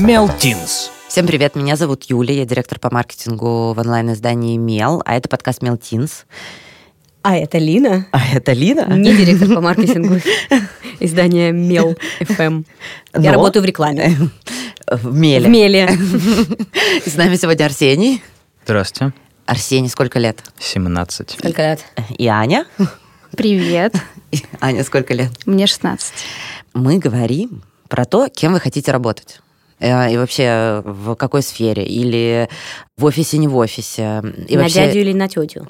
Мелтинс. Всем привет, меня зовут Юля, я директор по маркетингу в онлайн-издании Мел, а это подкаст Мелтинс. А это Лина. Не директор по маркетингу издания Мел FM. Я работаю в рекламе. В Меле. В Меле. И с нами сегодня Арсений. Здравствуйте. Арсений, сколько лет? 17. Сколько лет? И Аня. Привет. Аня, сколько лет? Мне 16. Мы говорим про то, кем вы хотите работать. И вообще, в какой сфере? Или в офисе, не в офисе? И на вообще... дядю или на тетю?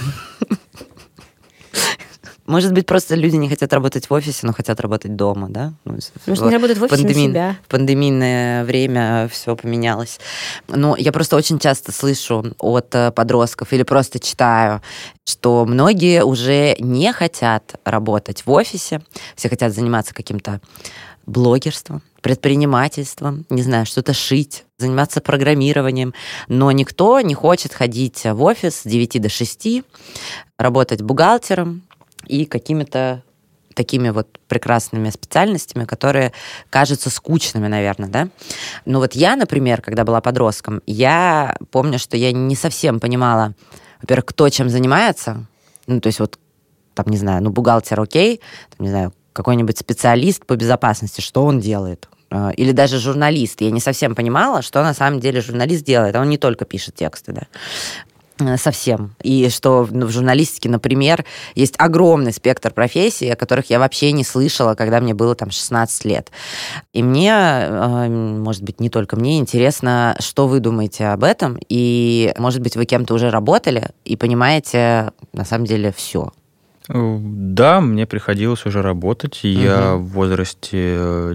Может быть, просто люди не хотят работать в офисе, но хотят работать дома, да? Может, не работают в офисе на себя. В пандемийное время все поменялось. Но я просто очень часто слышу от подростков или просто читаю, что многие уже не хотят работать в офисе, все хотят заниматься каким-то блогерством, предпринимательством, не знаю, что-то шить, заниматься программированием, но никто не хочет ходить в офис с 9 до 6, работать бухгалтером и какими-то такими вот прекрасными специальностями, которые кажутся скучными, наверное, да? Но вот я, например, когда была подростком, я помню, что я не совсем понимала, во-первых, кто чем занимается, ну, то есть вот, там, не знаю, бухгалтер окей, там, не знаю, какой-нибудь специалист по безопасности, что он делает. Или даже журналист. Я не совсем понимала, что на самом деле журналист делает. А он не только пишет тексты, да. Совсем. И что в журналистике, например, есть огромный спектр профессий, о которых я вообще не слышала, когда мне было там 16 лет. И мне, может быть, не только мне, интересно, что вы думаете об этом. И, может быть, вы кем-то уже работали и понимаете, на самом деле, все. Да, мне приходилось уже работать. Я в возрасте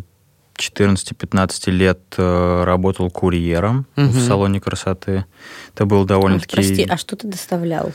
14-15 лет работал курьером в салоне красоты. Это было довольно-таки... Прости, а что ты доставлял?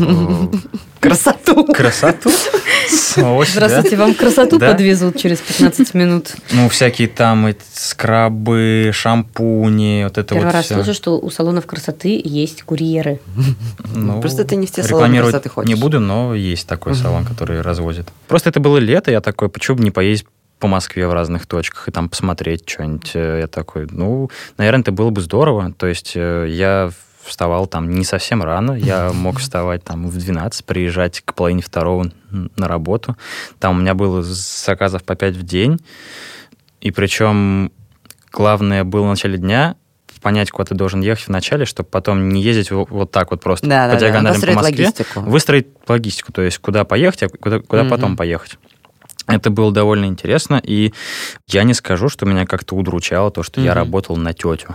Красоту. Красоту? Здравствуйте, вам красоту подвезут через 15 минут. Всякие там скрабы, шампуни, вот это вот Первый раз все. слышу, что у салонов красоты есть курьеры. Просто ты не в те салоны красоты ходишь. Не буду, но есть такой салон, который развозит. Просто это было лето, я такой, почему бы не поездить по Москве в разных точках и там посмотреть что-нибудь. Я такой, наверное, это было бы здорово. То есть я вставал там не совсем рано, я мог вставать там в 12, приезжать к 1:30 на работу. Там у меня было заказов по 5 в день. И причем главное было в начале дня понять, куда ты должен ехать в начале, чтобы потом не ездить вот так вот просто по диагонали по Москве. Логистику. Выстроить логистику, то есть куда поехать, а куда потом поехать. Это было довольно интересно, и я не скажу, что меня как-то удручало то, что я работал на тетю.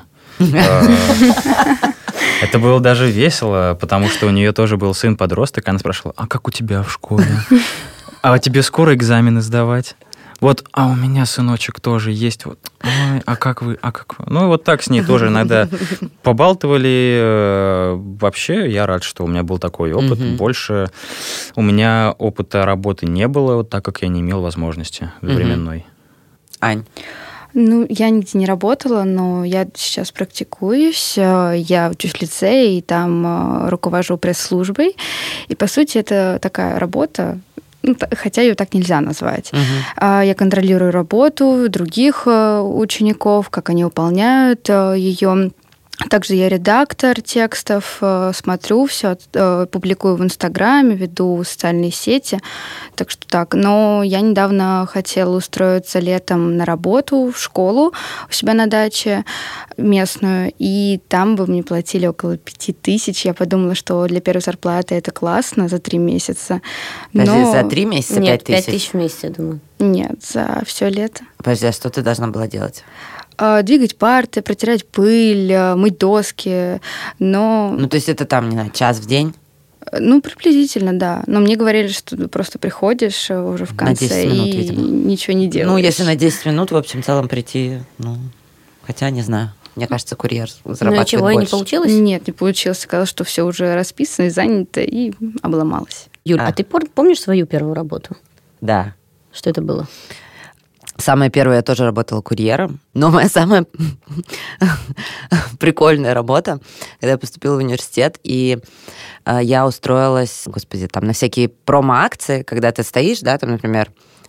Это было даже весело, потому что у нее тоже был сын-подросток, она спрашивала, а как у тебя в школе? А тебе скоро экзамены сдавать? Вот, а у меня сыночек тоже есть. Вот, ой, а как вы? Вот так с ней тоже иногда побалтывали. Вообще, я рад, что у меня был такой опыт. Больше у меня опыта работы не было, так как я не имел возможности временной. Ань? Я нигде не работала, но я сейчас практикуюсь. Я учусь в лицее, и там руковожу пресс-службой. И, по сути, это такая работа, хотя ее так нельзя назвать. Я контролирую работу других учеников, как они выполняют ее. Также я редактор текстов, смотрю все, публикую в Инстаграме, веду социальные сети. Так что так. Но я недавно хотела устроиться летом на работу в школу у себя на даче местную, и там бы мне платили около 5000. Я подумала, что для первой зарплаты это классно за 3 месяца. Подожди, за 3 месяца 5 5000? 5000 в месяц, я думаю. Нет, за все лето. Подожди, а что ты должна была делать? Двигать парты, протирать пыль, мыть доски, но... То есть это там, не знаю, час в день? Приблизительно, да. Но мне говорили, что ты просто приходишь уже в конце 10 минут, и видимо. ничего не делаешь. Если на 10 минут, в общем, целом прийти, хотя не знаю. Мне кажется, курьер зарабатывает чего, больше. не получилось? Нет, не получилось. Сказала, что все уже расписано и занято, и обломалась. Юль, а ты помнишь свою первую работу? Да. Что это было? Самая первая я тоже работала курьером, но моя самая прикольная работа, когда я поступила в университет, и я устроилась, там на всякие промо-акции, когда ты стоишь, да, там, например,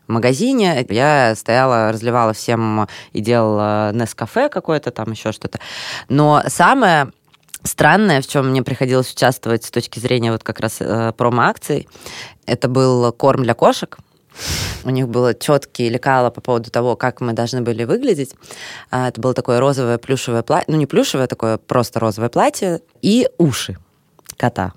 в магазине. Я стояла, разливала всем и делала Нескафе какое-то, там еще что-то. Но самое странное, в чем мне приходилось участвовать с точки зрения вот как раз промо-акций, это был корм для кошек. У них было четкие лекала по поводу того, как мы должны были выглядеть. Это было такое розовое плюшевое платье, ну не плюшевое, такое просто розовое платье, и уши кота.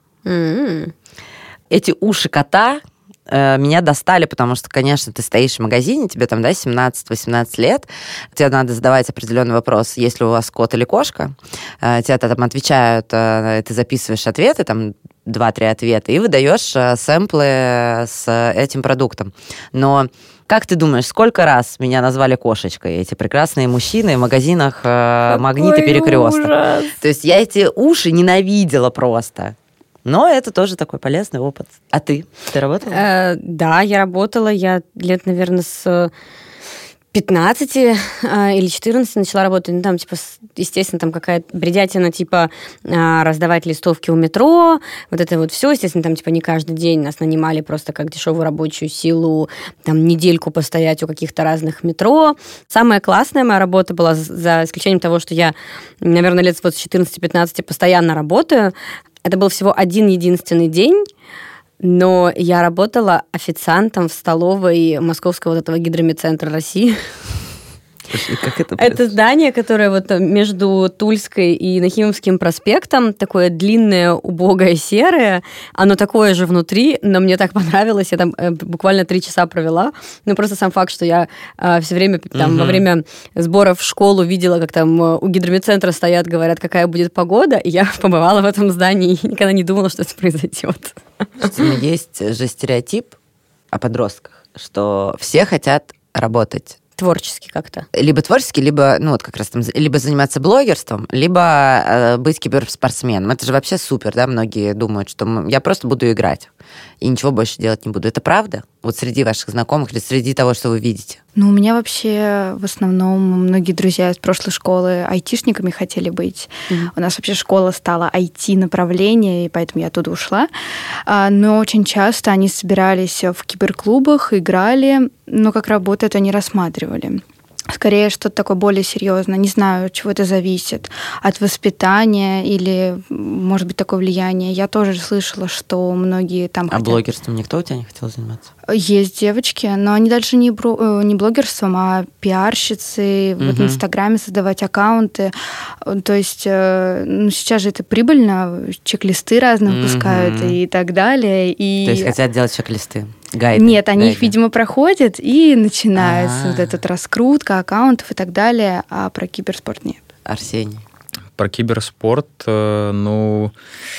Эти уши кота меня достали, потому что, конечно, ты стоишь в магазине, тебе там, 17-18 лет, тебе надо задавать определенный вопрос, есть ли у вас кот или кошка, тебе там отвечают, ты записываешь ответы, там 2-3 ответа, и выдаешь сэмплы с этим продуктом. Но как ты думаешь, сколько раз меня назвали кошечкой эти прекрасные мужчины в магазинах «Магнит» и «Перекресток»? То есть я эти уши ненавидела просто. Но это тоже такой полезный опыт. А ты? Ты работала? Да, я работала. Я лет, наверное, с 15 или 14 начала работать. Ну, там, типа, естественно, там какая-то бредятина, типа, раздавать листовки у метро. Вот это вот все. Естественно, там, типа, не каждый день нас нанимали просто как дешевую рабочую силу, там, недельку постоять у каких-то разных метро. Самая классная моя работа была, за исключением того, что я, наверное, лет вот с 14-15 постоянно работаю. Это был всего один единственный день, но я работала официантом в столовой Московского вот этого гидромедцентра России. Как это здание, которое вот между Тульской и Нахимовским проспектом, такое длинное, убогое, серое. Оно такое же внутри, но мне так понравилось. Я там буквально 3 часа провела. Ну, просто сам факт, что я все время там во время сборов в школу видела, как там у гидромедцентра стоят, говорят, какая будет погода, и я побывала в этом здании и никогда не думала, что это произойдет. Есть же стереотип о подростках, что все хотят работать творчески как-то. Либо творчески, либо, ну, вот как раз там, либо заниматься блогерством, либо быть киберспортсменом. Это же вообще супер, да? Многие думают, что я просто буду играть и ничего больше делать не буду. Это правда? Вот среди ваших знакомых или среди того, что вы видите? Ну, у меня вообще в основном многие друзья из прошлой школы айтишниками хотели быть. У нас вообще школа стала IT-направление, и поэтому я оттуда ушла. Но очень часто они собирались в киберклубах, играли, но как работу это не рассматривали. Скорее, что-то такое более серьезное. Не знаю, от чего это зависит. От воспитания или, может быть, такое влияние. Я тоже слышала, что многие там хотят... А блогерством никто у тебя не хотел заниматься? Есть девочки, но они дальше не блогерством, а пиарщицы, вот в Инстаграме создавать аккаунты. То есть, ну, сейчас же это прибыльно, чек-листы разные выпускают и так далее. И... То есть хотят делать чек-листы? Гайды. Нет, они их, видимо, проходят, и начинается вот эта раскрутка аккаунтов и так далее, а про киберспорт нет. Арсений? Про киберспорт, ну,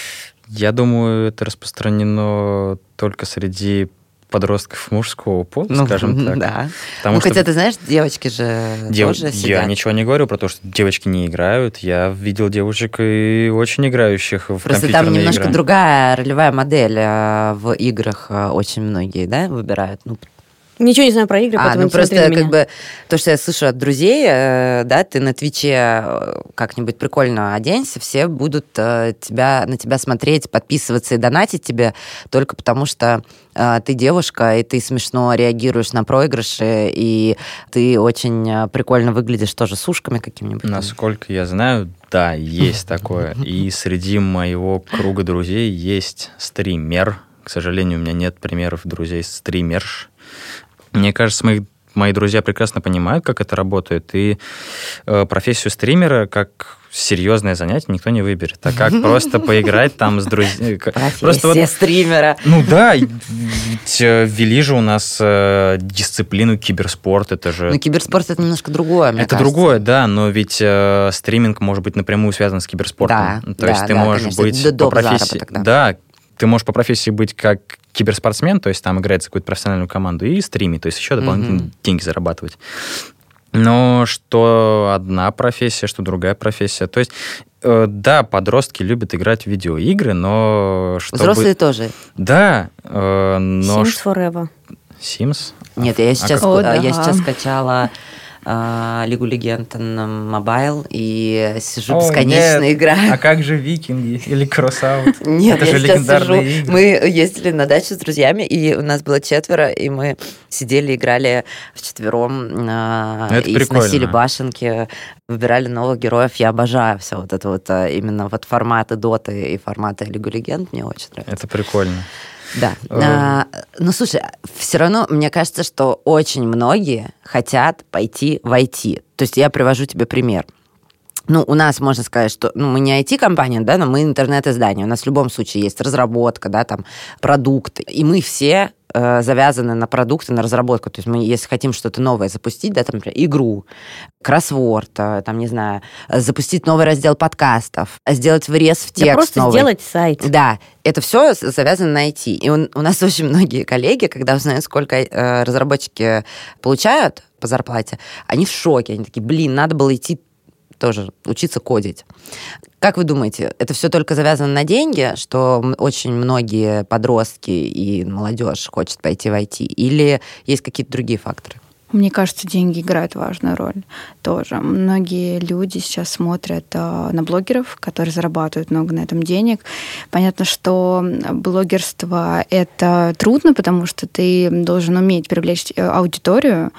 я думаю, это распространено только среди подростков мужского пола, скажем так. Да. Потому ну, что хотя, ты знаешь, девочки же тоже сидят. Я ничего не говорю про то, что девочки не играют. Я видел девушек и очень играющих в компьютерные игры. Просто там немножко другая ролевая модель в играх очень многие, да, выбирают. Ну, ничего не знаю про игры, поэтому не просто смотри на меня. как бы то, что я слышу от друзей, да, ты на Твиче как-нибудь прикольно оденься, все будут на тебя смотреть, подписываться и донатить тебе только потому, что ты девушка, и ты смешно реагируешь на проигрыши, и ты очень прикольно выглядишь тоже с ушками какими-нибудь. Насколько я знаю, да, есть такое. И среди моего круга друзей есть стример. К сожалению, у меня нет примеров друзей стримерш. Мне кажется, мои друзья прекрасно понимают, как это работает, и профессию стримера как серьезное занятие никто не выберет. А как просто поиграть там с друзьями? Профессия стримера. Ну да, ведь ввели же у нас дисциплину киберспорт, это же... Ну, киберспорт — это немножко другое, мне кажется. Это другое, да, но ведь стриминг может быть напрямую связан с киберспортом. Да, то есть ты можешь быть по профессии... Да, ты можешь по профессии быть как киберспортсмен, то есть там играть за какую-то профессиональную команду, и стримить, то есть еще дополнительные деньги зарабатывать. Но что одна профессия, что другая профессия. То есть, да, подростки любят играть в видеоигры, но... Взрослые тоже. Да, но... Sims Forever. Sims? Нет, я сейчас скачала Лигу Легенд на мобайл и сижу бесконечно играю. А как же Викинги или Кросс-аут? Нет, это я же сейчас легендарные сижу. игры. Мы ездили на дачу с друзьями, и у нас было 4, и мы сидели, играли вчетвером и прикольно. сносили башенки, выбирали новых героев. Я обожаю все вот это вот, именно вот форматы Доты и форматы Лигу Легенд, мне очень нравится. Это прикольно. Да. Ну, слушай, все равно мне кажется, что очень многие хотят пойти в IT. То есть я привожу тебе пример. Ну, у нас можно сказать, что мы не IT-компания, да, но мы интернет-издание. У нас в любом случае есть разработка, да, там, продукты. И мы все завязаны на продукты, на разработку. То есть мы, если хотим что-то новое запустить, да, там, например, игру, кроссворд, там, не знаю, запустить новый раздел подкастов, сделать врез в текст да просто новый. сделать сайт. Да, это все завязано на IT. И у нас очень многие коллеги, когда узнают, сколько разработчики получают по зарплате, они в шоке. Они такие, блин, надо было идти тоже учиться кодить. Как вы думаете, это все только завязано на деньги, что очень многие подростки и молодежь хочет пойти в IT, или есть какие-то другие факторы? Мне кажется, деньги играют важную роль тоже. Многие люди сейчас смотрят на блогеров, которые зарабатывают много на этом денег. Понятно, что блогерство — это трудно, потому что ты должен уметь привлечь аудиторию,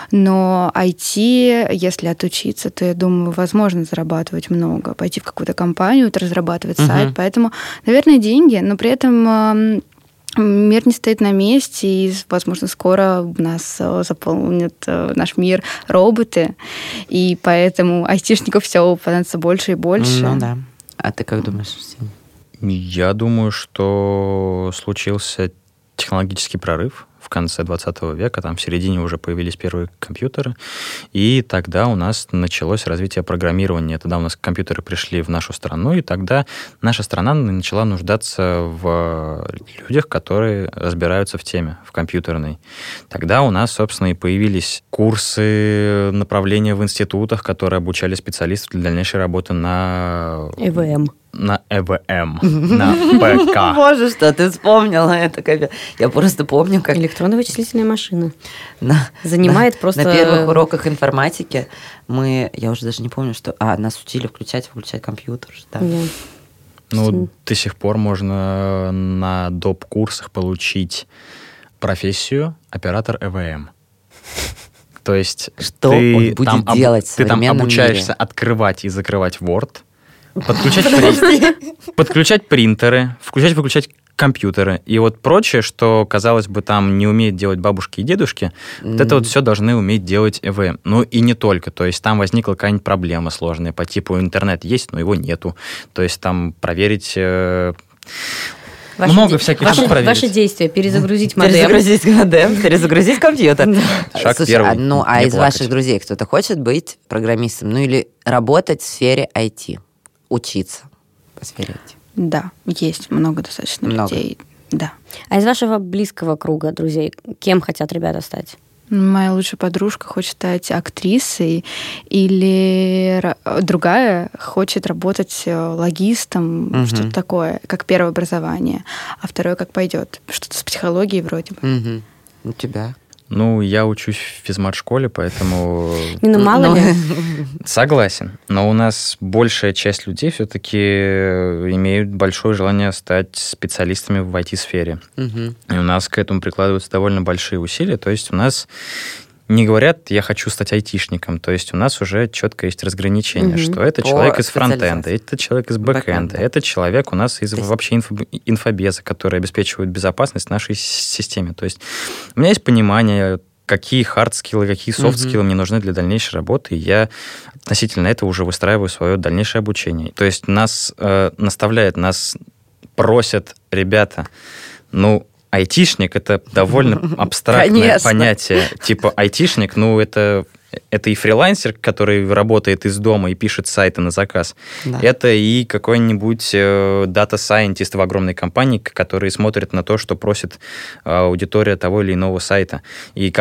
но IT, если отучиться, то, я думаю, возможно зарабатывать много. Пойти в какую-то компанию, разрабатывать сайт. Поэтому, наверное, деньги, но при этом мир не стоит на месте, и, возможно, скоро нас заполнят наш мир роботы, и поэтому айтишников все понадобится больше и больше. Ну да. А ты как думаешь, Сеня? Я думаю, что случился технологический прорыв в конце 20 века, там в середине уже появились первые компьютеры, и тогда у нас началось развитие программирования. Тогда у нас компьютеры пришли в нашу страну, и тогда наша страна начала нуждаться в людях, которые разбираются в теме, в компьютерной. Тогда у нас, собственно, и появились курсы, направления в институтах, которые обучали специалистов для дальнейшей работы на ЭВМ. На ЭВМ, на ПК. Боже, что ты вспомнила это. Я просто помню, как Электронно-вычислительная машина. на Занимает просто... На первых уроках информатики я уже даже не помню, что... нас учили включать и выключать компьютер. Да. Да. Ну, до сих пор можно на доп-курсах получить профессию оператор ЭВМ. То есть что он будет делать в ты там современном обучаешься мире? Открывать и закрывать Word, подключать принтеры, включать-выключать компьютеры и вот прочее, что, казалось бы, там не умеют делать бабушки и дедушки, вот это вот все должны уметь делать ЭВМ. Ну и не только, то есть там возникла какая-нибудь проблема сложная по типу интернет есть, но его нету. То есть там проверить... Много всяких штук проверить. Ваши действия. Перезагрузить модем. Перезагрузить компьютер. Шаг Слушай, первый. Из ваших друзей кто-то хочет быть программистом? Ну или работать в сфере IT? Учиться по сфере IT? Да, есть много достаточно людей. Да. А из вашего близкого круга друзей кем хотят ребята стать? Моя лучшая подружка хочет стать актрисой, или другая хочет работать логистом, что-то такое, как первое образование, а второе как пойдет. Что-то с психологией вроде бы. У тебя? Ну, я учусь в физмат-школе, поэтому... Ну, мало ли. Согласен. Но у нас большая часть людей все-таки имеют большое желание стать специалистами в IT-сфере. И у нас к этому прикладываются довольно большие усилия. То есть у нас не говорят, я хочу стать айтишником. То есть у нас уже четко есть разграничение, что это человек из фронтенда, это человек из бэкенда, это человек у нас из вообще инфобеза, который обеспечивает безопасность нашей системе. То есть у меня есть понимание, какие хард-скиллы, какие софт-скиллы мне нужны для дальнейшей работы, и я относительно этого уже выстраиваю свое дальнейшее обучение. То есть нас наставляют, нас просят, ребята, айтишник — это довольно абстрактное понятие. Типа айтишник, это и фрилансер, который работает из дома и пишет сайты на заказ. Да. Это и какой-нибудь дата-сайентист в огромной компании, который смотрит на то, что просит аудитория того или иного сайта. И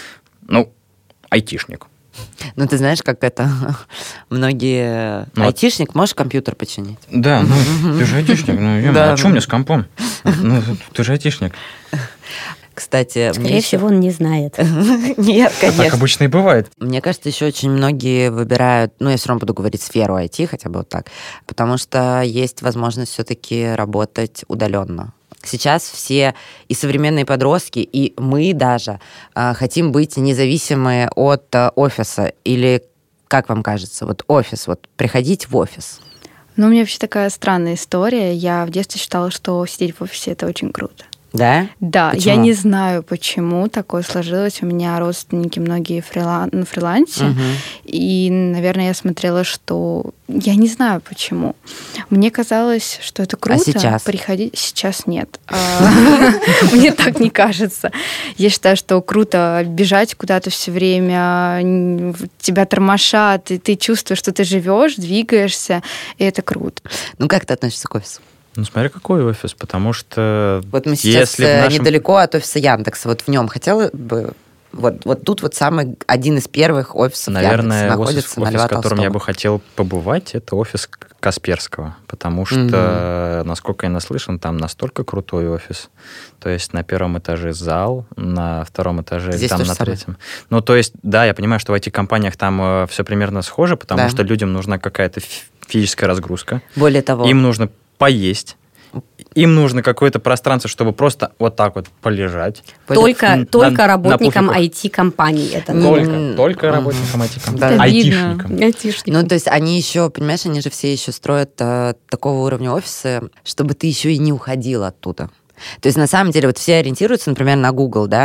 айтишник. Ты знаешь, как это многие... Айтишник, можешь компьютер починить? Да, ты же айтишник. А что мне с компом? Ты же айтишник. Кстати, Скорее всего, он не знает. Нет, Так конечно. обычно и бывает. Мне кажется, еще очень многие выбирают, я все равно буду говорить сферу IT, хотя бы вот так, потому что есть возможность все-таки работать удаленно. Сейчас все и современные подростки, и мы даже хотим быть независимы от офиса. Или, как вам кажется, вот офис, вот приходить в офис? Ну, у меня вообще такая странная история. Я в детстве считала, что сидеть в офисе — это очень круто. Да? Да, Почему? я не знаю, почему такое сложилось. У меня родственники многие на фрилансе. Мгм. И, наверное, я смотрела, что... Я не знаю, почему. Мне казалось, что это круто. сейчас? Приходить... Сейчас нет. Мне так не кажется. Я считаю, что круто бежать куда-то все время, тебя тормошат, и ты чувствуешь, что ты живешь, двигаешься, и это круто. Ну, как ты относишься к офису? Ну, смотри, какой офис, потому что... Вот мы сейчас если в нашем- недалеко от офиса Яндекса. Вот в нем хотела бы... Вот тут вот самый один из первых офисов Наверное, Яндекса офис, находится на в Льва котором я Толстого. бы хотел побывать, это офис Касперского, потому что, насколько я наслышан, там настолько крутой офис. То есть на первом этаже зал, на втором этаже, Здесь там то же на самое. третьем. Ну, то есть, да, я понимаю, что в IT-компаниях там все примерно схоже, потому Да. что людям нужна какая-то физическая разгрузка. Более того, Им нужно поесть. Им нужно какое-то пространство, чтобы просто вот так вот полежать. Только на работникам пуфиках. IT-компаний это Только работникам IT-компаний. Да. Айтишникам. ну, то есть они еще, понимаешь, они же все еще строят такого уровня офисы, чтобы ты еще и не уходил оттуда. То есть, на самом деле, вот все ориентируются, например, на Google, да,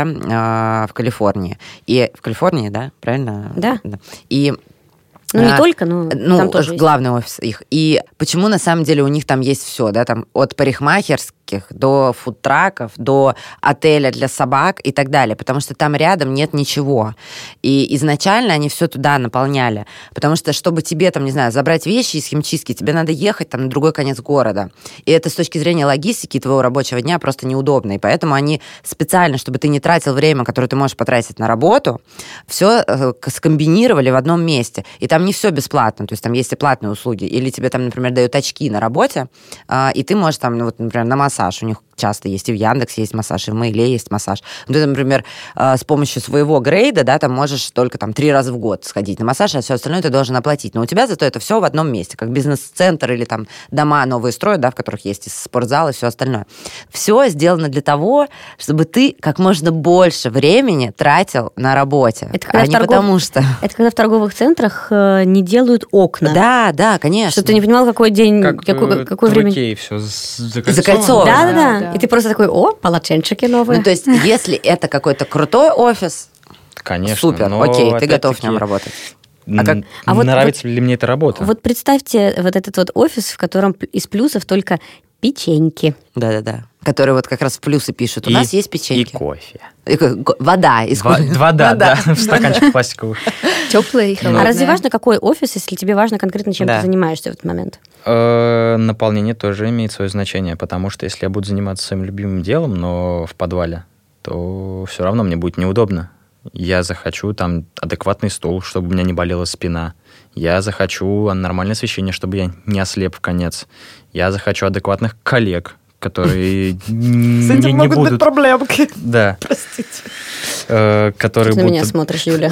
в Калифорнии. И в Калифорнии, да, правильно? Да. И Ну, не только, но там тоже есть. главный офис их. И почему, на самом деле, у них там есть все, да, там от парикмахерских до фудтраков, до отеля для собак и так далее, потому что там рядом нет ничего. И изначально они все туда наполняли, потому что, чтобы тебе, там, не знаю, забрать вещи из химчистки, тебе надо ехать там на другой конец города. И это с точки зрения логистики твоего рабочего дня просто неудобно. И поэтому они специально, чтобы ты не тратил время, которое ты можешь потратить на работу, все скомбинировали в одном месте. И там не все бесплатно, то есть там есть и платные услуги. Или тебе там, например, дают очки на работе, и ты можешь там, вот, например, на массаж. У них часто есть и в Яндексе есть массаж, и в Мейле есть массаж. Ну, ты, например, с помощью своего грейда, да, там можешь только там 3 раза в год сходить на массаж, а все остальное ты должен оплатить. Но у тебя зато это все в одном месте, как бизнес-центр или там дома новые строят, да, в которых есть и спортзал, и все остальное. Все сделано для того, чтобы ты как можно больше времени тратил на работе, Это когда а не потому что... Это когда в торговых центрах не делают окна. Да, конечно. Чтобы ты не понимал, какой день, какое время. Икее все Закольцовано. Да. Да. И ты просто такой, полотенчики новые. Ну, то есть, если это какой-то крутой офис, Конечно. супер, но окей, ты готов в опять-таки, нем работать. А вот- нравится ли мне эта работа? Вот представьте вот этот вот офис, в котором из плюсов только печеньки. Да. Которые вот как раз в плюсы пишут. У нас есть печеньки. И кофе. Вода из кофе. Вода, да, в стаканчиках пластиковых. Теплое и холодное. А разве важно, какой офис, если тебе важно конкретно, чем Да. ты занимаешься в этот момент? Наполнение тоже имеет свое значение, потому что если я буду заниматься своим любимым делом, но в подвале, то все равно мне будет неудобно. Я захочу там адекватный стул, чтобы у меня не болела спина. Я захочу нормальное освещение, чтобы я не ослеп в конец. Я захочу адекватных коллег, которые не будут... проблемки. Да. Простите. Которые Ты на меня будут... смотришь, Юля.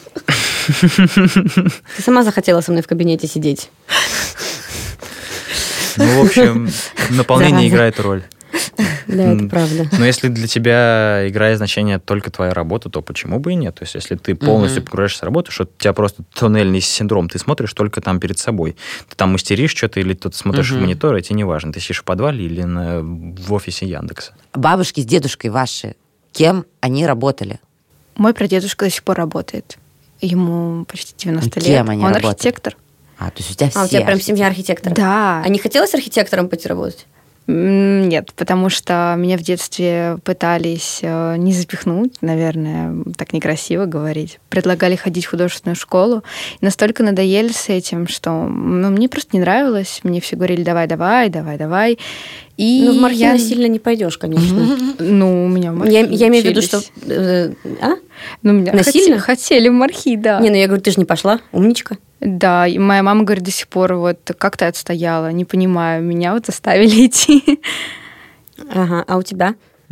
Ты сама захотела со мной в кабинете сидеть. Ну, в общем, наполнение Зараза. играет роль. Да, это правда. Но если для тебя играет значение только твоя работа, то почему бы и нет? То есть если ты полностью погружаешься в работу, что у тебя просто туннельный синдром, ты смотришь только там перед собой. Ты там мастеришь что-то или ты смотришь в монитор, и тебе не важно, ты сидишь в подвале или в офисе Яндекса. Бабушки с дедушкой ваши, кем они работали? Мой прадедушка до сих пор работает. Ему почти 90 лет. Кем они Он работали? архитектор. То есть у тебя все. А у тебя прям семья архитектора? Да. А не хотелось архитектором пойти работать? Нет, потому что меня в детстве пытались не запихнуть, наверное, так некрасиво говорить. Предлагали ходить в художественную школу. И настолько надоели с этим, что мне просто не нравилось. Мне все говорили, давай. И Ну, в Мархино сильно не пойдешь, конечно. Ну, у меня в Я Мархи имею в виду, что... учились. А? Ну, меня Насильно? хотели в Мархи, да. Не, ну я говорю, ты же не пошла, умничка. Да, и моя мама говорит до сих пор, вот, как ты отстояла, не понимаю, меня вот заставили идти. Ага, а у тебя?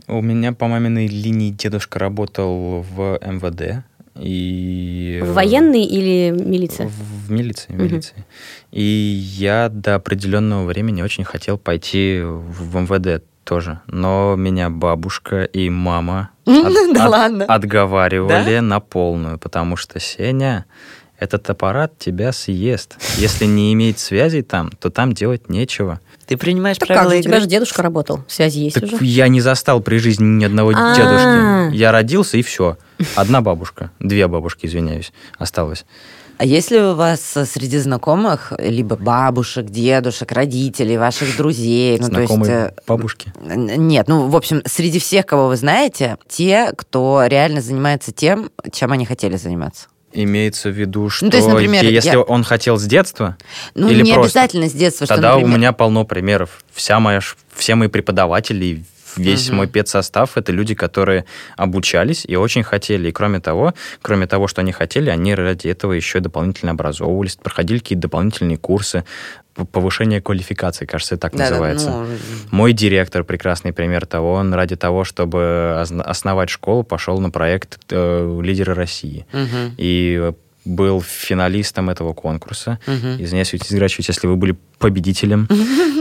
У меня по маминой линии дедушка работал в МВД. И... В военной или милиция? В милиции. И я до определенного времени очень хотел пойти в МВД тоже. Но меня бабушка и мама отговаривали на полную, потому что, Сеня, этот аппарат тебя съест. Если не иметь связей там, то там делать нечего. Ты принимаешь Так правила как же, у игры? тебя же дедушка работал, связи есть Так уже. я не застал при жизни ни одного дедушки. Я родился, и все. Одна бабушка. 2 бабушки, извиняюсь, осталось. А есть ли у вас среди знакомых либо бабушек, дедушек, родителей, ваших друзей? Знакомые бабушки? Нет, в общем, среди всех, кого вы знаете, те, кто реально занимается тем, чем они хотели заниматься. Имеется в виду, что то есть, например, если он хотел с детства, или не просто, обязательно с детства, тогда что, например... у меня полно примеров. Все мои преподаватели, весь мой педсостав — это люди, которые обучались и очень хотели. И кроме того, что они хотели, они ради этого еще и дополнительно образовывались, проходили какие-то дополнительные курсы, повышение квалификации, кажется, так называется. Мой директор — прекрасный пример того. Он ради того, чтобы основать школу, пошел на проект «Лидеры России». И был финалистом этого конкурса. Извиняюсь, если вы были победителем.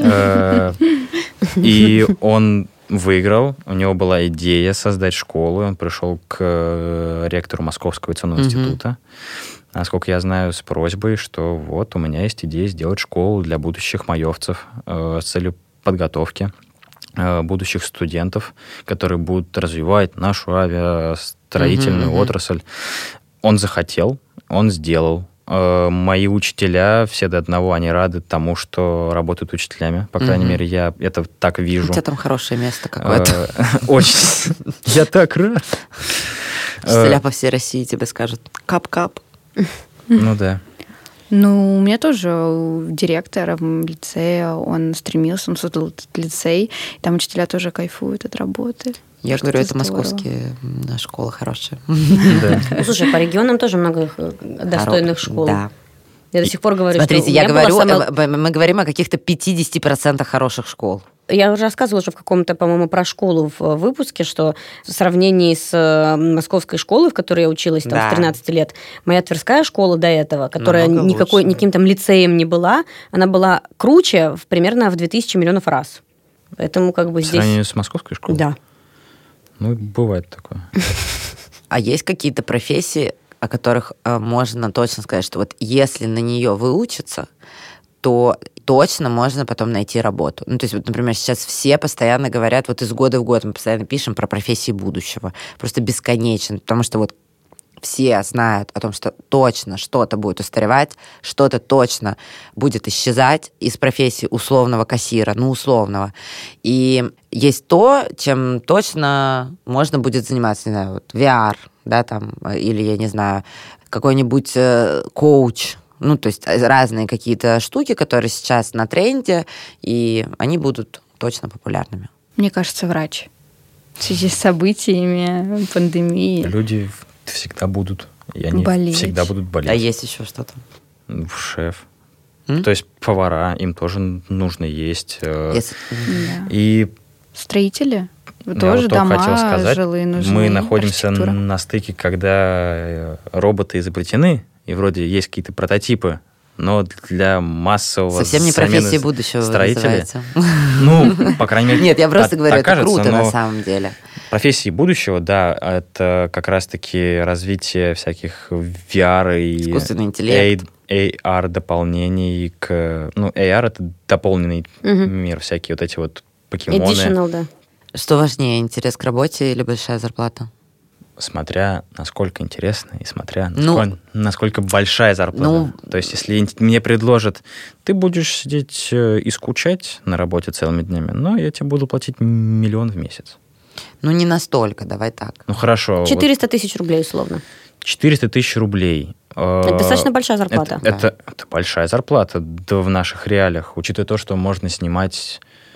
И он выиграл. У него была идея создать школу. Он пришел к ректору Московского авиационного института, насколько я знаю, с просьбой, что вот у меня есть идея сделать школу для будущих маевцев с целью подготовки будущих студентов, которые будут развивать нашу авиастроительную отрасль. Он захотел, он сделал. Мои учителя, все до одного, они рады тому, что работают учителями. По крайней мере, я это так вижу. У тебя там хорошее место какое-то. Очень. Я так рад. Учителя по всей России тебе скажут кап-кап. Ну да. Ну, у меня тоже директор в лицее, он стремился, он создал этот лицей, и там учителя тоже кайфуют от работы. Я говорю, это московские школы хорошие. Слушай, по регионам тоже много достойных школ. Да. Я до сих пор говорю, смотрите, я говорю, мы говорим о каких-то 50% хороших школ. Я уже рассказывала уже в каком-то, по-моему, про школу в выпуске, что в сравнении с московской школой, в которой я училась там, с 13 лет, моя Тверская школа до этого, которая никаким там лицеем не была, она была круче примерно в 2000 миллионов раз. Поэтому как бы здесь... В сравнении с московской школой? Да. Ну, бывает такое. А есть какие-то профессии, о которых можно точно сказать, что вот если на нее выучиться, то точно можно потом найти работу. То есть, вот, например, сейчас все постоянно говорят, вот из года в год мы постоянно пишем про профессии будущего. Просто бесконечно, потому что вот все знают о том, что точно что-то будет устаревать, что-то точно будет исчезать из профессии условного кассира, условного. И есть то, чем точно можно будет заниматься, не знаю, вот VR, да, там, или, я не знаю, какой-нибудь коуч, то есть разные какие-то штуки, которые сейчас на тренде, и они будут точно популярными. Мне кажется, врач. В связи с событиями, пандемией. Люди всегда будут. И они всегда будут болеть. А есть еще что-то? Шеф. То есть повара, им тоже нужно есть. И строители. Тоже дома жилые нужны. Мы находимся на стыке, когда роботы изобретены, и вроде есть какие-то прототипы, но для массового совсем не профессии будущего строителя. По крайней мере, нет, я просто говорю, это круто на самом деле. Профессии будущего, да, это как раз-таки развитие всяких VR и искусственный интеллект. AR дополнений к... AR — это дополненный мир, всякие вот эти вот покемоны. Additional, да. Что важнее, интерес к работе или большая зарплата? Смотря насколько интересно и смотря насколько большая зарплата. То есть, если мне предложат, ты будешь сидеть и скучать на работе целыми днями, но я тебе буду платить 1 миллион в месяц. Не настолько, давай так. Хорошо. 400 тысяч рублей, условно. 400 тысяч рублей. Это достаточно большая зарплата. Это большая зарплата в наших реалиях, учитывая то, что можно снимать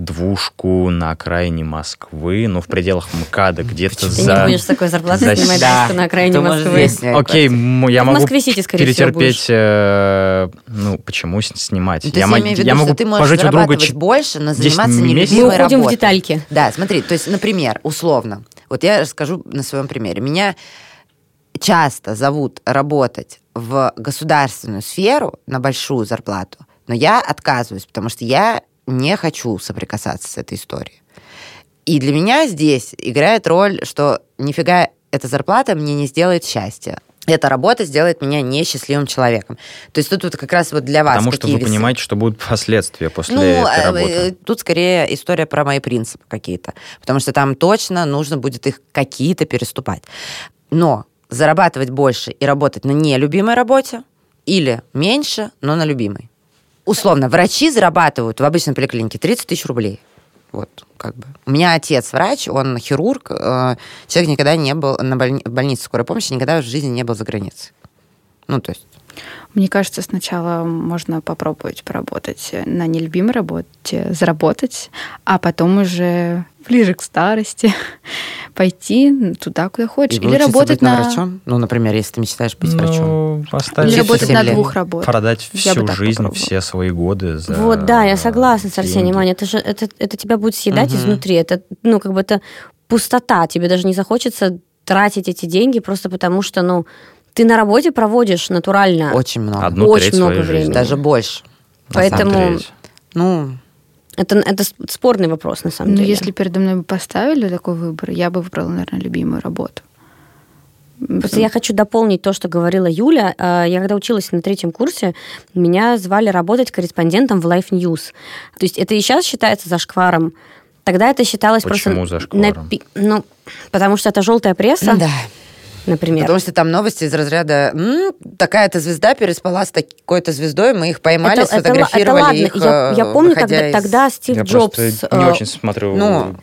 двушку на окраине Москвы, в пределах МКАДа, где-то Ты не будешь с такой зарплатой снимать двушку на окраине Москвы. Окей, я могу перетерпеть. Почему снимать? Я имею в виду, что ты можешь зарабатывать больше, но заниматься нелюбимой работой. Мы уходим в детальки. Да, смотри, то есть, например, условно, вот я расскажу на своем примере. Меня часто зовут работать в государственную сферу на большую зарплату, но я отказываюсь, потому что я не хочу соприкасаться с этой историей. И для меня здесь играет роль, что нифига эта зарплата мне не сделает счастья. Эта работа сделает меня несчастливым человеком. То есть тут вот как раз вот для вас потому что вы понимаете, что будут последствия после этой работы. Тут скорее история про мои принципы какие-то. Потому что там точно нужно будет их какие-то переступать. Но зарабатывать больше и работать на нелюбимой работе или меньше, но на любимой. Условно, врачи зарабатывают в обычной поликлинике 30 тысяч рублей. Вот, как бы. У меня отец врач, он хирург, человек никогда не был на больнице скорой помощи, никогда в жизни не был за границей. То есть... Мне кажется, сначала можно попробовать поработать на нелюбимой работе, заработать, а потом уже ближе к старости пойти туда, куда хочешь. Или работать быть врачом? Например, если ты мечтаешь быть врачом. Или работать на 2 работах. Продать всю жизнь, все свои годы. Вот, да, я согласна с Арсением. Аня, это тебя будет съедать изнутри. Это, это пустота. Тебе даже не захочется тратить эти деньги просто потому, что, ты на работе проводишь натурально очень много. Очень много времени. Даже больше. Поэтому, это спорный вопрос, на самом деле. Если передо мной бы поставили такой выбор, я бы выбрала, наверное, любимую работу. Просто я хочу дополнить то, что говорила Юля. Я когда училась на 3 курсе, меня звали работать корреспондентом в Life News. То есть это и сейчас считается зашкваром. Тогда это считалось Почему просто... зашкваром? Потому что это желтая пресса. Да. Например. Потому что там новости из разряда такая-то звезда переспала с такой-то звездой, мы их поймали, сфотографировали их. Я помню, тогда Стив Джобс... Я не очень смотрю...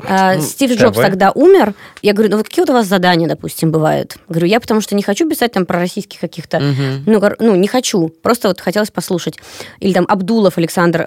Стив Джобс тогда умер. Я говорю, какие вот у вас задания, допустим, бывают? Говорю, я потому что не хочу писать там про российских каких-то... не хочу. Просто вот хотелось послушать. Или там Абдулов Александр,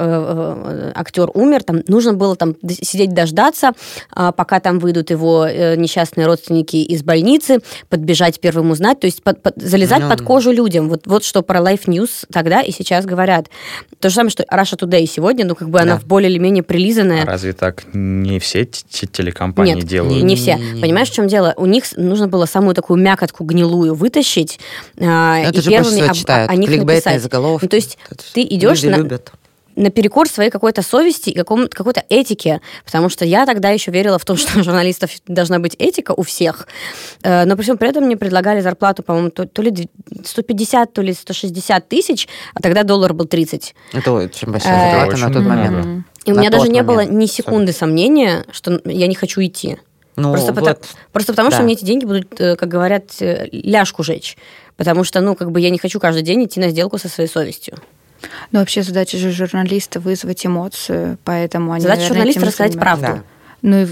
актер, умер. Там нужно было там сидеть дождаться, пока там выйдут его несчастные родственники из больницы, подбежать первым узнать, то есть залезать под кожу людям. Вот что про Life News тогда и сейчас говорят. То же самое, что Russia Today сегодня, она более или менее прилизанная. А разве так не все телекомпании делают? Нет, не все. Понимаешь, в чем дело? У них нужно было самую такую мякотку гнилую вытащить и первыми о них написать. Заголовки. То есть ты идешь наперекор своей какой-то совести и какой-то этике, потому что я тогда еще верила в том, что у журналистов должна быть этика у всех, но при всем при этом мне предлагали зарплату, по-моему, то ли 150, то ли 160 тысяч, а тогда доллар был 30. Это очень большая зарплата на тот момент. И у меня даже не было ни секунды сомнения, что я не хочу идти. Просто потому, что мне эти деньги будут, как говорят, ляжку жечь. Потому что, я не хочу каждый день идти на сделку со своей совестью. Вообще задача же журналиста вызвать эмоцию, поэтому они, задача журналиста рассказать правду. Да. И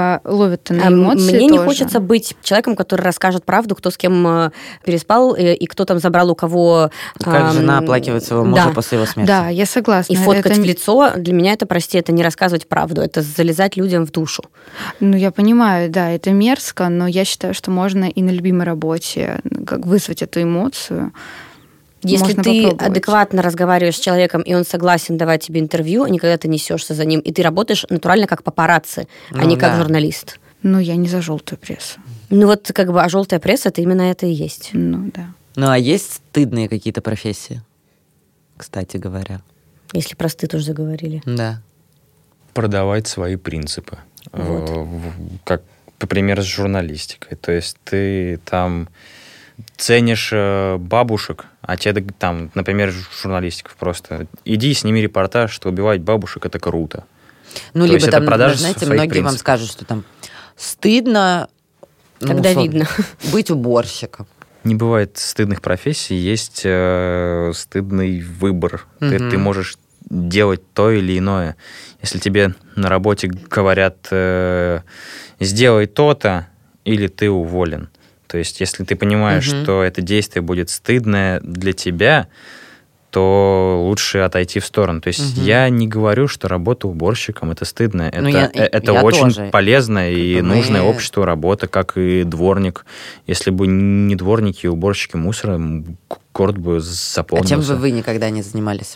ловят на эмоции Мне тоже. Не хочется быть человеком, который расскажет правду, кто с кем переспал и кто там забрал у кого... Как жена оплакивает своего мужа после его смерти. Да, я согласна. И фоткать в лицо, для меня это, это не рассказывать правду, это залезать людям в душу. Я понимаю, да, это мерзко, но я считаю, что можно и на любимой работе вызвать эту эмоцию. Если ты адекватно разговариваешь с человеком, и он согласен давать тебе интервью, а не когда ты несешься за ним, и ты работаешь натурально как папарацци, а не как журналист. Я не за желтую прессу. А желтая пресса, это именно это и есть. Да. А есть стыдные какие-то профессии, кстати говоря? Если про стыд уже заговорили. Да. Продавать свои принципы. Как, например, с журналистикой. То есть ты там ценишь бабушек, а тебе там, например, журналистиков просто иди, сними репортаж, что убивать бабушек — это круто. Либо там, знаете, многие вам скажут, что там стыдно... Когда видно. Быть уборщиком. Не бывает стыдных профессий, есть стыдный выбор. Ты можешь делать то или иное. Если тебе на работе говорят «сделай то-то», или ты уволен. То есть, если ты понимаешь, что это действие будет стыдное для тебя, то лучше отойти в сторону. То есть я не говорю, что работа уборщиком это стыдно. Это я очень тоже. полезная и нужная обществу работа, как и дворник. Если бы не дворники и уборщики мусора, город бы заполнился. А чем вы никогда не занимались?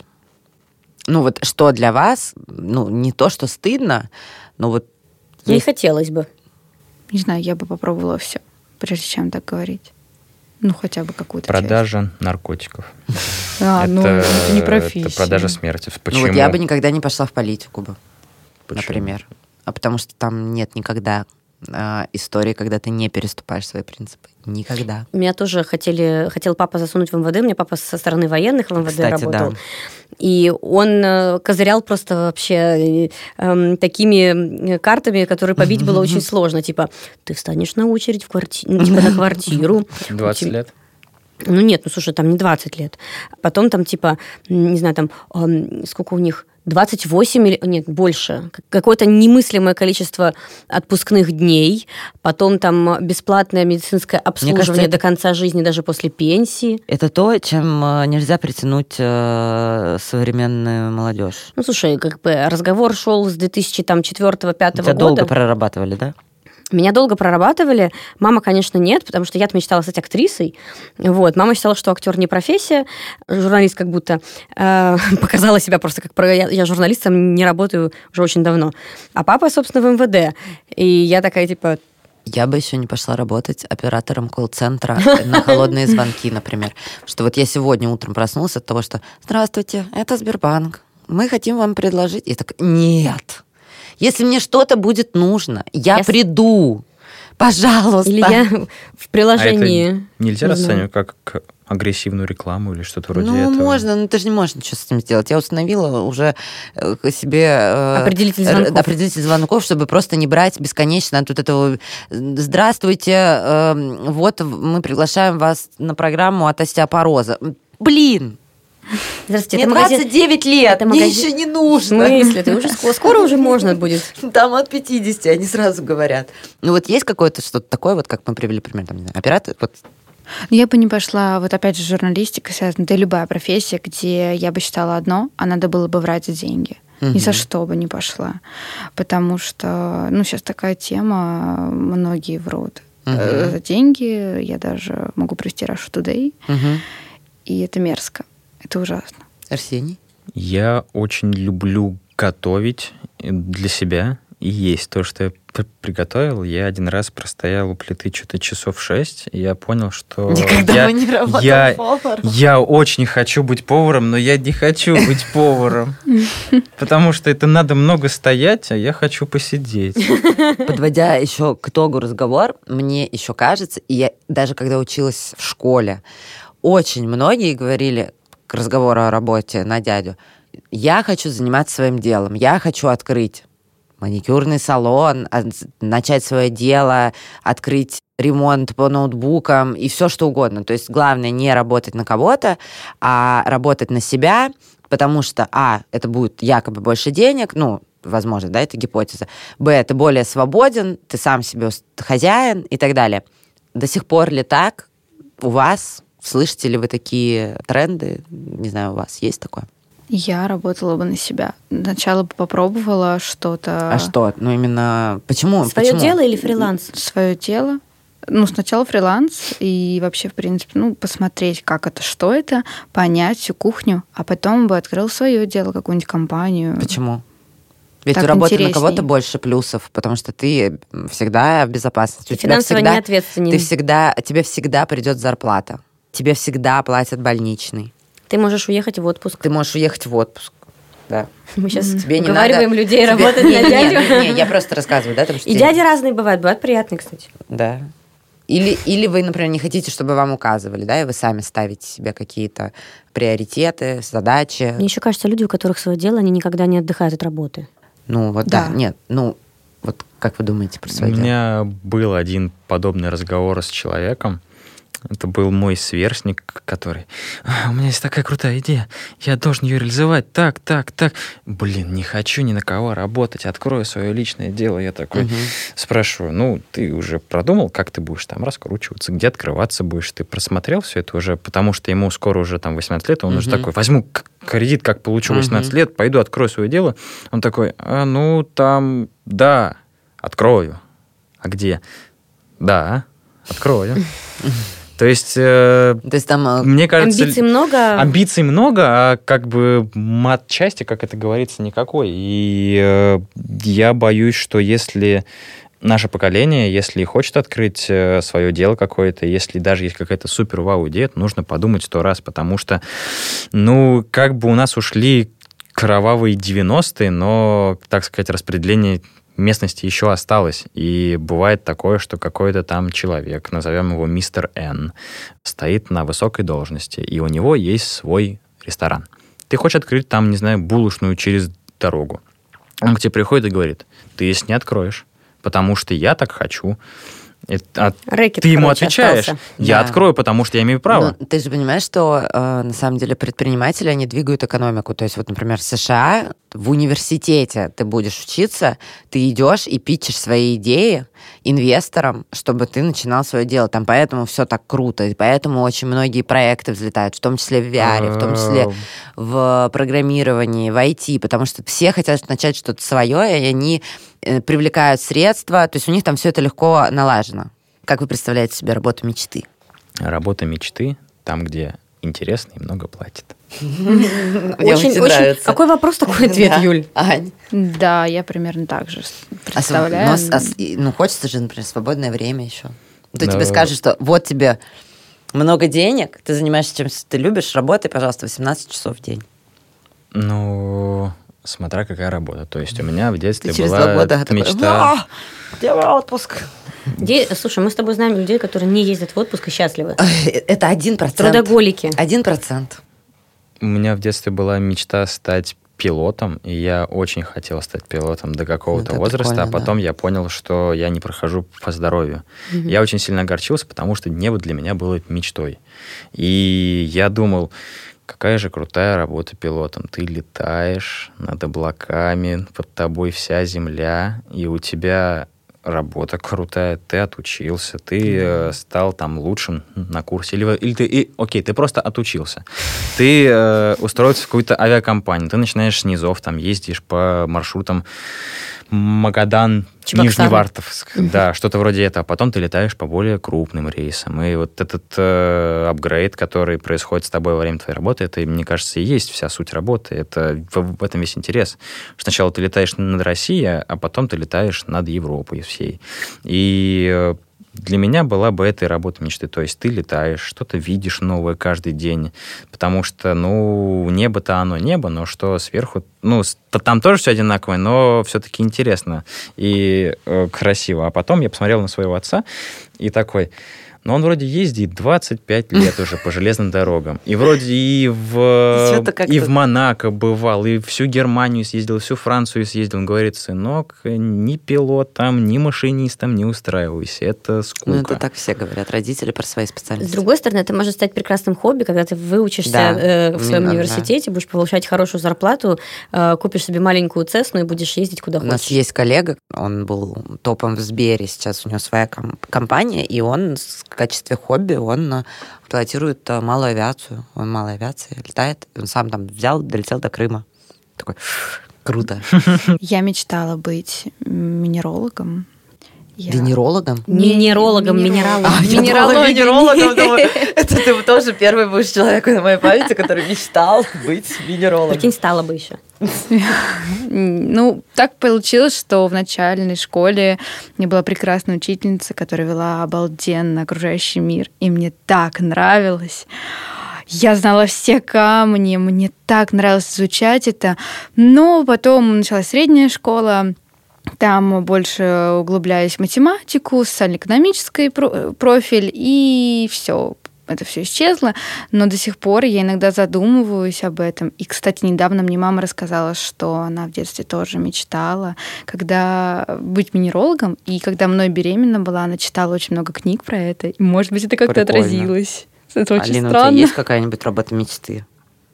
Ну вот что для вас, ну не то, что стыдно, но вот... Ей хотелось бы. Не знаю, я бы попробовала все, прежде чем так говорить. Ну, хотя бы какую-то Продажа наркотиков. Это не профессия. Это продажа смерти. Почему? Ну вот я бы никогда не пошла в политику бы, например. А потому что там нет никогда истории, когда ты не переступаешь свои принципы. Никогда. Меня тоже хотел папа засунуть в МВД. У меня папа со стороны военных в МВД Кстати, работал. да. И он козырял просто вообще такими картами, которые побить было очень сложно. Типа, ты встанешь на очередь на квартиру. 20 лет? Ну нет, ну слушай, там не 20 лет. Потом там типа, не знаю, там сколько у них... 28 или... Нет, больше. Какое-то немыслимое количество отпускных дней. Потом там бесплатное медицинское обслуживание кажется, до конца жизни, даже после пенсии. Это то, чем нельзя притянуть современную молодежь. Ну, слушай, как бы разговор шел с 2004-2005 года. Тебя долго прорабатывали, да? Меня долго прорабатывали. Мама, конечно, нет, потому что я-то мечтала стать актрисой. Вот. Мама считала, что актер не профессия. Журналист как будто показала себя просто как... Я журналистом не работаю уже очень давно. А папа, собственно, в МВД. И я такая, типа... Я бы еще не пошла работать оператором колл-центра на холодные звонки, например. Что вот я сегодня утром проснулась от того, что «Здравствуйте, это Сбербанк. Мы хотим вам предложить». И так «Нет». Если мне что-то будет нужно, я приду. Пожалуйста. Или я в приложении. А это нельзя расценивать как агрессивную рекламу или что-то вроде этого? Ну, можно, но ты же не можешь ничего с этим сделать. Я установила уже себе определитель звонков, чтобы просто не брать бесконечно от вот этого «Здравствуйте, вот мы приглашаем вас на программу от остеопороза». Блин! Здравствуйте, мне 29 лет, мне еще не нужно. В смысле? Ты уже скоро уже можно будет. Там от 50, они сразу говорят. Ну вот есть какое-то что-то такое, вот как мы привели пример, там, не знаю, оператор, вот. Я бы не пошла, вот опять же, журналистика связана, да и любая профессия, где я бы считала одно, а надо было бы врать за деньги. Ни за что бы не пошла. Потому что, ну, сейчас такая тема, многие врут за деньги. Я даже могу привести Russia Today. И это мерзко. Это ужасно. Арсений? Я очень люблю готовить для себя и есть то, что я приготовил. Я один раз простоял у плиты что-то часов 6, и я понял, что никогда не работал поваром. Я очень хочу быть поваром, но я не хочу быть поваром. Потому что это надо много стоять, а я хочу посидеть. Подводя еще к итогу разговор, мне еще кажется, и я даже когда училась в школе, очень многие говорили к разговору о работе на дядю: я хочу заниматься своим делом, я хочу открыть маникюрный салон, начать свое дело, открыть ремонт по ноутбукам и все что угодно. То есть главное не работать на кого-то, а работать на себя, потому что, это будет якобы больше денег, ну, возможно, да, это гипотеза, ты более свободен, ты сам себе хозяин и так далее. До сих пор ли так у вас? Слышите ли вы такие тренды? Не знаю, у вас есть такое? Я работала бы на себя. Сначала бы попробовала что-то... А что? Ну, именно... Почему? Свое дело или фриланс? Свое дело. Ну, сначала фриланс и вообще, в принципе, посмотреть, как это, что это, понять всю кухню, а потом бы открыл свое дело, какую-нибудь компанию. Почему? Ведь так у работы интересней. на кого-то больше плюсов, потому что ты всегда в безопасности. Финансово не ответственен. Тебе всегда придет зарплата. Тебе всегда платят больничный. Ты можешь уехать в отпуск. Да. Мы сейчас тебе уговариваем людей работать на дядю. Не, я просто рассказываю, да? И дяди разные бывают приятные, кстати. Да. Или вы, например, не хотите, чтобы вам указывали, да, и вы сами ставите себе какие-то приоритеты, задачи. Мне еще кажется, люди, у которых свое дело, они никогда не отдыхают от работы. Ну, вот да. Нет, вот как вы думаете про свое дело? У меня был один подобный разговор с человеком. Это был мой сверстник, который... у меня есть такая крутая идея. Я должен ее реализовать. Так. Блин, не хочу ни на кого работать. Открою свое личное дело. Я такой спрашиваю, ты уже продумал, как ты будешь там раскручиваться, где открываться будешь? Ты просмотрел все это уже? Потому что ему скоро уже там 18 лет, он уже такой, возьму кредит, как получу 18 лет, пойду открою свое дело. Он такой, да, открою. А где? Да, открою. То есть там мне кажется, амбиций много, а как бы матчасти, как это говорится, никакой. И я боюсь, что если наше поколение, если хочет открыть свое дело какое-то, если даже есть какая-то супер-вау-идея, то нужно подумать 100 раз, потому что, как бы у нас ушли кровавые 90-е, но, так сказать, распределение местности еще осталось. И бывает такое, что какой-то там человек, назовем его мистер Н, стоит на высокой должности, и у него есть свой ресторан. Ты хочешь открыть там, не знаю, булочную через дорогу. Он к тебе приходит и говорит, ты если не откроешь, потому что я так хочу. Рэкет, ты ему отвечаешь, я открою, потому что я имею право. Ты же понимаешь, что на самом деле предприниматели, они двигают экономику. То есть вот, например, в США в университете ты будешь учиться, ты идешь и питчишь свои идеи инвесторам, чтобы ты начинал свое дело. Там поэтому все так круто, и поэтому очень многие проекты взлетают, в том числе в VR, в том числе в программировании, в IT, потому что все хотят начать что-то свое, и они привлекают средства, то есть у них там все это легко налажено. Как вы представляете себе работу мечты? Работа мечты там, где интересно и много платят. Очень нравится. Какой вопрос, такой ответ, Юль? Ань? Да, я примерно так же представляю. Хочется же, например, свободное время еще. Тебе скажут, что вот тебе много денег, ты занимаешься чем ты любишь, работай, пожалуйста, 18 часов в день. Смотря какая работа. То есть у меня в детстве через была 2 года мечта... Где отпуск? Слушай, мы с тобой знаем людей, которые не ездят в отпуск и счастливы. Это 1%. Трудоголики. 1%. У меня в детстве была мечта стать пилотом, и я очень хотел стать пилотом до какого-то возраста, а потом я понял, что я не прохожу по здоровью. Я очень сильно огорчился, потому что небо для меня было мечтой. И я думал, какая же крутая работа пилотом. Ты летаешь над облаками, под тобой вся земля, и у тебя работа крутая, ты отучился, ты стал там лучшим на курсе. Ты просто отучился. Ты устроился в какую-то авиакомпанию, ты начинаешь с низов, там ездишь по маршрутам Магадан, Нижневартовск, да, что-то вроде этого. А потом ты летаешь по более крупным рейсам. И вот этот апгрейд, который происходит с тобой во время твоей работы, это, мне кажется, и есть вся суть работы. Это в этом весь интерес. Сначала ты летаешь над Россией, а потом ты летаешь над Европой всей. И для меня была бы эта работа мечты. То есть ты летаешь, что-то видишь новое каждый день, потому что, небо-то оно небо, но что сверху, там тоже все одинаковое, но все-таки интересно и красиво. А потом я посмотрел на своего отца и такой... Но он вроде ездит 25 лет уже по железным дорогам. И вроде и в Монако бывал, и всю Германию съездил, всю Францию съездил. Он говорит, сынок, ни пилотом, ни машинистом не устраивайся. Это скука. Это так все говорят, родители про свои специальности. С другой стороны, это может стать прекрасным хобби, когда ты выучишься в своем университете, будешь получать хорошую зарплату, купишь себе маленькую Цесну и будешь ездить куда хочешь. У нас есть коллега, он был топом в Сбере, сейчас у него своя компания, и он в качестве хобби он пилотирует малую авиацию. Он малой авиации летает. Он сам там долетел до Крыма. Такой, круто. Я мечтала быть минерологом. Венерологом? Минерологом, минералом. Минерологом, думаю, это ты тоже первый будешь человек на моей памяти, который мечтал быть минерологом. Прикинь, стала бы еще. Так получилось, что в начальной школе у меня была прекрасная учительница, которая вела обалденно окружающий мир, и мне так нравилось. Я знала все камни, мне так нравилось изучать это. Но потом началась средняя школа, там больше углублялись в математику, социально-экономический профиль, и все. это все исчезло, но до сих пор я иногда задумываюсь об этом. И, кстати, недавно мне мама рассказала, что она в детстве тоже мечтала, когда быть минерологом, и когда мной беременна была, она читала очень много книг про это, и, может быть, это как-то отразилось. Это очень Алина, странно. у тебя есть какая-нибудь работа мечты?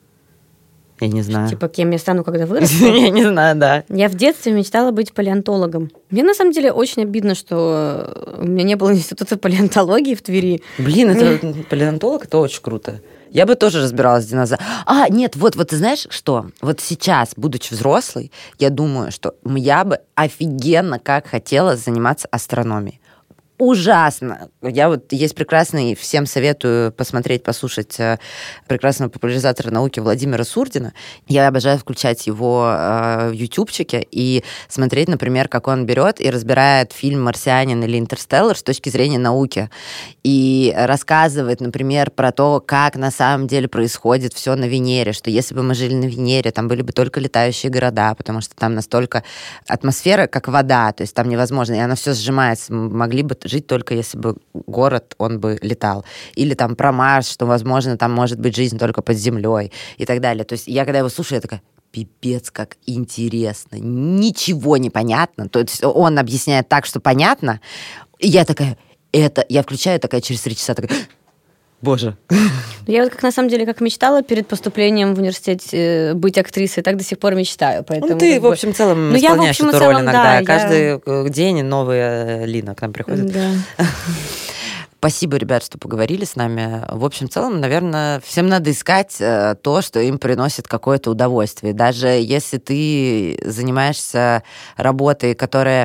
Я не знаю. Типа, кем я стану, когда вырасту? Я не знаю, да. Я в детстве мечтала быть палеонтологом. Мне, на самом деле, очень обидно, что у меня не было института палеонтологии в Твери. Блин, это палеонтолог, это очень круто. Я бы тоже разбиралась с динозаврами. Нет, вот ты знаешь что? Вот сейчас, будучи взрослой, я думаю, что я бы офигенно как хотела заниматься астрономией. Ужасно. Есть прекрасный, всем советую посмотреть, послушать прекрасного популяризатора науки Владимира Сурдина. Я обожаю включать его в ютубчике и смотреть, например, как он берет и разбирает фильм «Марсианин» или «Интерстеллар» с точки зрения науки. И рассказывает, например, про то, как на самом деле происходит все на Венере, что если бы мы жили на Венере, там были бы только летающие города, потому что там настолько атмосфера, как вода, то есть там невозможно, и оно все сжимается. Могли бы жить только если бы город, он бы летал. Или там про Марс, что, возможно, там может быть жизнь только под землей и так далее. То есть я, когда его слушаю, я такая, пипец, как интересно. Ничего не понятно. То есть он объясняет так, что понятно. И я такая, я включаю, такая через 3 часа, такая, боже. Я вот на самом деле как мечтала перед поступлением в университет быть актрисой, так до сих пор мечтаю. Поэтому, ты, в общем, в целом, исполняешь эту роль иногда. Каждый день новая Лина к нам приходит. Да. Спасибо, ребят, что поговорили с нами. В общем, в целом, наверное, всем надо искать то, что им приносит какое-то удовольствие. Даже если ты занимаешься работой, которая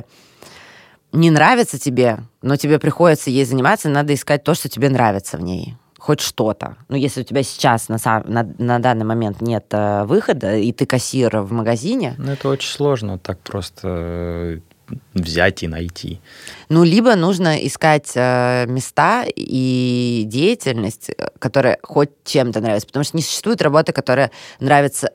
не нравится тебе, но тебе приходится ей заниматься, надо искать то, что тебе нравится в ней. Хоть что-то. Ну, если у тебя сейчас на данный момент нет выхода, и ты кассир в магазине... Ну, это очень сложно так просто взять и найти. Ну, либо нужно искать места и деятельность, которая хоть чем-то нравится. Потому что не существует работы, которая нравится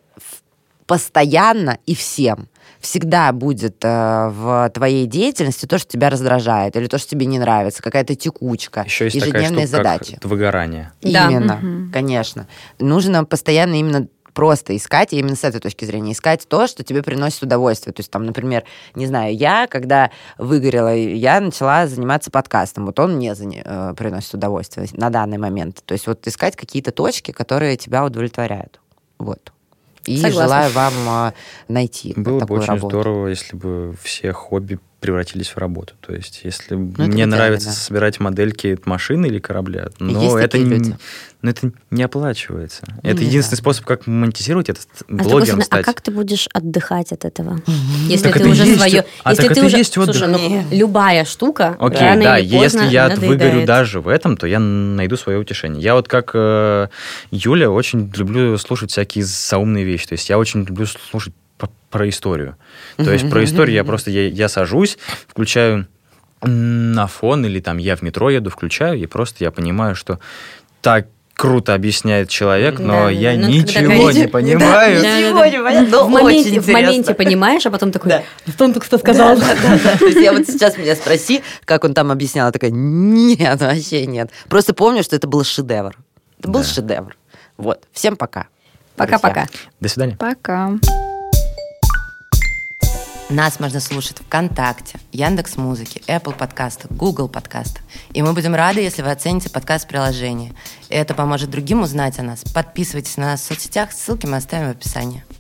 постоянно и всем. Всегда будет в твоей деятельности то, что тебя раздражает, или то, что тебе не нравится, какая-то текучка, еще есть ежедневные такая штука, задачи. Как выгорание. Именно, конечно. Нужно постоянно именно просто искать, и именно с этой точки зрения искать то, что тебе приносит удовольствие. То есть, там, например, не знаю, я, когда выгорела, я начала заниматься подкастом. Вот он мне приносит удовольствие на данный момент. То есть, вот искать какие-то точки, которые тебя удовлетворяют. Вот. И Согласна. желаю вам найти Было такую бы очень работу. здорово, если бы все хобби превратились в работу. То есть, если это мне нравится да. собирать модельки машины или корабля, но есть это такие люди. но это не оплачивается. Не Это единственный способ, как монетизировать это, А с другой блогером стороны, стать. а как ты будешь отдыхать от этого? Если Так ты это уже есть- свое... а Если так ты это уже... есть отдых. Слушай, ну, любая штука, Окей, рано да, или поздно если я надоедает. выгорю даже в этом, то я найду свое утешение. Я вот как Юля очень люблю слушать всякие заумные вещи. То есть я очень люблю слушать про историю. То есть про историю я просто я сажусь, включаю на фон, или там я в метро еду, включаю, и просто я понимаю, что так круто объясняет человек, но я Ну, ничего когда не понимаю. Да. Ничего не понятно, но очень В моменте понимаешь, а потом такой, что он только что сказал. Да. То есть я вот сейчас меня спроси, как он там объяснял, я такая, нет, вообще нет. Просто помню, что это был шедевр. Это был шедевр. Вот. Всем пока. Пока-пока. До свидания. Пока. Нас можно слушать ВКонтакте, Яндекс.Музыке, Apple подкастах, Google подкастах. И мы будем рады, если вы оцените подкаст в приложении. И это поможет другим узнать о нас. Подписывайтесь на нас в соцсетях, ссылки мы оставим в описании.